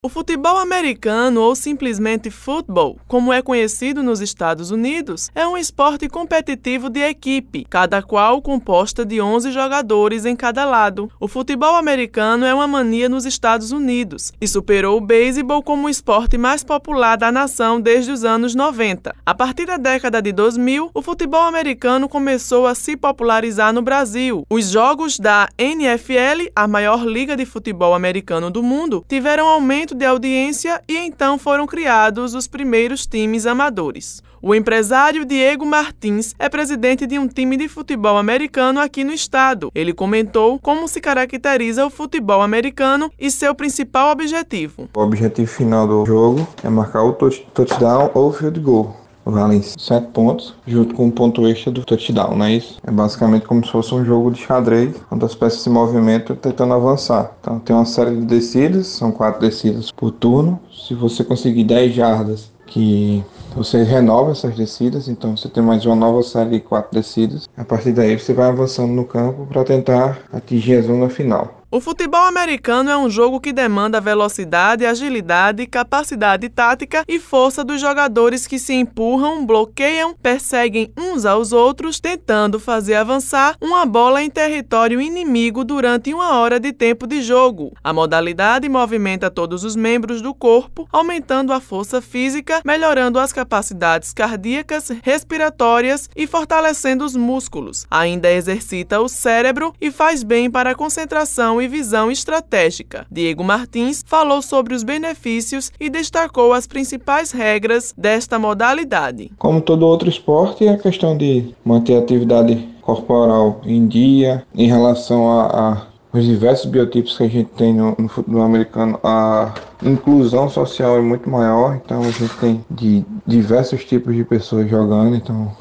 O futebol americano, ou simplesmente futebol, como é conhecido nos Estados Unidos, é um esporte competitivo de equipe, cada qual composta de 11 jogadores em cada lado. O futebol americano é uma mania nos Estados Unidos e superou o beisebol como o esporte mais popular da nação desde os anos 90. A partir da década de 2000, o futebol americano começou a se popularizar no Brasil. Os jogos da NFL, a maior liga de futebol americano do mundo, tiveram aumento de audiência e então foram criados os primeiros times amadores. O empresário Diego Martins é presidente de um time de futebol americano aqui no estado. Ele comentou como se caracteriza o futebol americano e seu principal objetivo. O objetivo final do jogo é marcar o touchdown ou field goal. Valem 7 pontos, junto com o ponto extra do touchdown, não é isso? É basicamente como se fosse um jogo de xadrez, onde as peças se movimentam tentando avançar. Então tem uma série de descidas, são 4 descidas por turno. Se você conseguir 10 jardas, que você renova essas descidas, então você tem mais uma nova série de 4 descidas. A partir daí você vai avançando no campo para tentar atingir a zona final. O futebol americano é um jogo que demanda velocidade, agilidade, capacidade tática e força dos jogadores que se empurram, bloqueiam, perseguem uns aos outros, tentando fazer avançar uma bola em território inimigo durante 1 hora de tempo de jogo. A modalidade movimenta todos os membros do corpo, aumentando a força física, melhorando as capacidades cardíacas, respiratórias e fortalecendo os músculos. Ainda exercita o cérebro e faz bem para a concentração e visão estratégica. Diego Martins falou sobre os benefícios e destacou as principais regras desta modalidade. Como todo outro esporte, é a questão de manter a atividade corporal em dia, em relação os diversos biotipos que a gente tem no futebol americano. A inclusão social é muito maior, então a gente tem de diversos tipos de pessoas jogando, então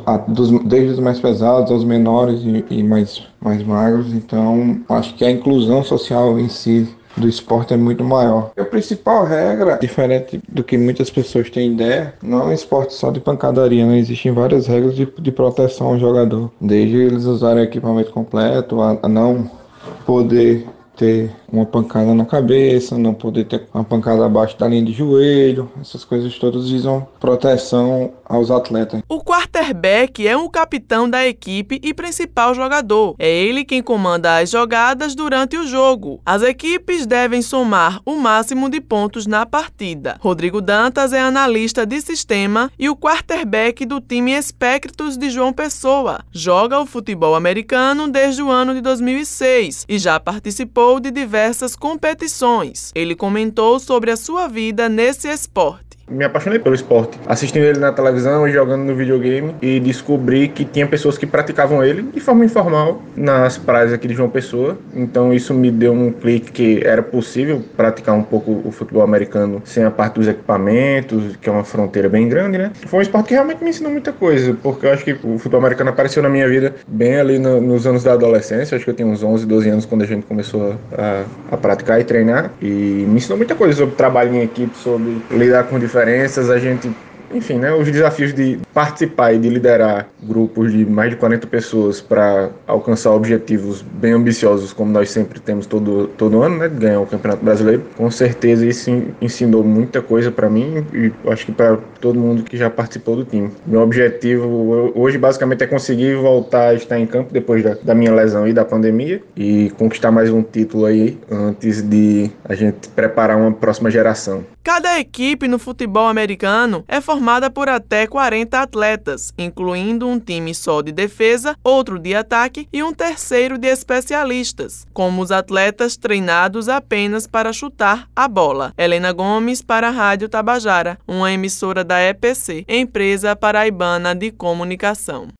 desde os mais pesados aos menores e mais magros. Então acho que a inclusão social em si do esporte é muito maior. A principal regra, diferente do que muitas pessoas têm ideia, não é um esporte só de pancadaria, né? Existem várias regras de proteção ao jogador, desde eles usarem equipamento completo, a não poder ter uma pancada na cabeça, não poder ter uma pancada abaixo da linha de joelho. Essas coisas todas visam proteção aos atletas. O quarterback é o capitão da equipe e principal jogador. É ele quem comanda as jogadas durante o jogo. As equipes devem somar o máximo de pontos na partida. Rodrigo Dantas é analista de sistema e o quarterback do time Espectros de João Pessoa. Joga o futebol americano desde o ano de 2006 e já participou de diversas competições. Ele comentou sobre a sua vida nesse esporte. Me apaixonei pelo esporte, assistindo ele na televisão e jogando no videogame, e descobri que tinha pessoas que praticavam ele de forma informal nas praias aqui de João Pessoa. Então isso me deu um clique que era possível praticar um pouco o futebol americano sem a parte dos equipamentos, que é uma fronteira bem grande, né? Foi um esporte que realmente me ensinou muita coisa, porque eu acho que o futebol americano apareceu na minha vida bem ali nos anos da adolescência. Acho que eu tinha uns 11, 12 anos quando a gente começou a praticar e treinar, e me ensinou muita coisa sobre trabalho em equipe, sobre lidar com diferenças, a gente, enfim, né, os desafios de participar e de liderar grupos de mais de 40 pessoas para alcançar objetivos bem ambiciosos, como nós sempre temos todo ano, né, de ganhar o Campeonato Brasileiro. Com certeza isso ensinou muita coisa para mim e acho que para todo mundo que já participou do time. Meu objetivo hoje basicamente é conseguir voltar a estar em campo depois da minha lesão e da pandemia e conquistar mais um título aí antes de a gente preparar uma próxima geração. Cada equipe no futebol americano é formada por até 40 atletas, incluindo um time só de defesa, outro de ataque e um terceiro de especialistas, como os atletas treinados apenas para chutar a bola. Helena Gomes para a Rádio Tabajara, uma emissora da EPC, Empresa Paraibana de Comunicação.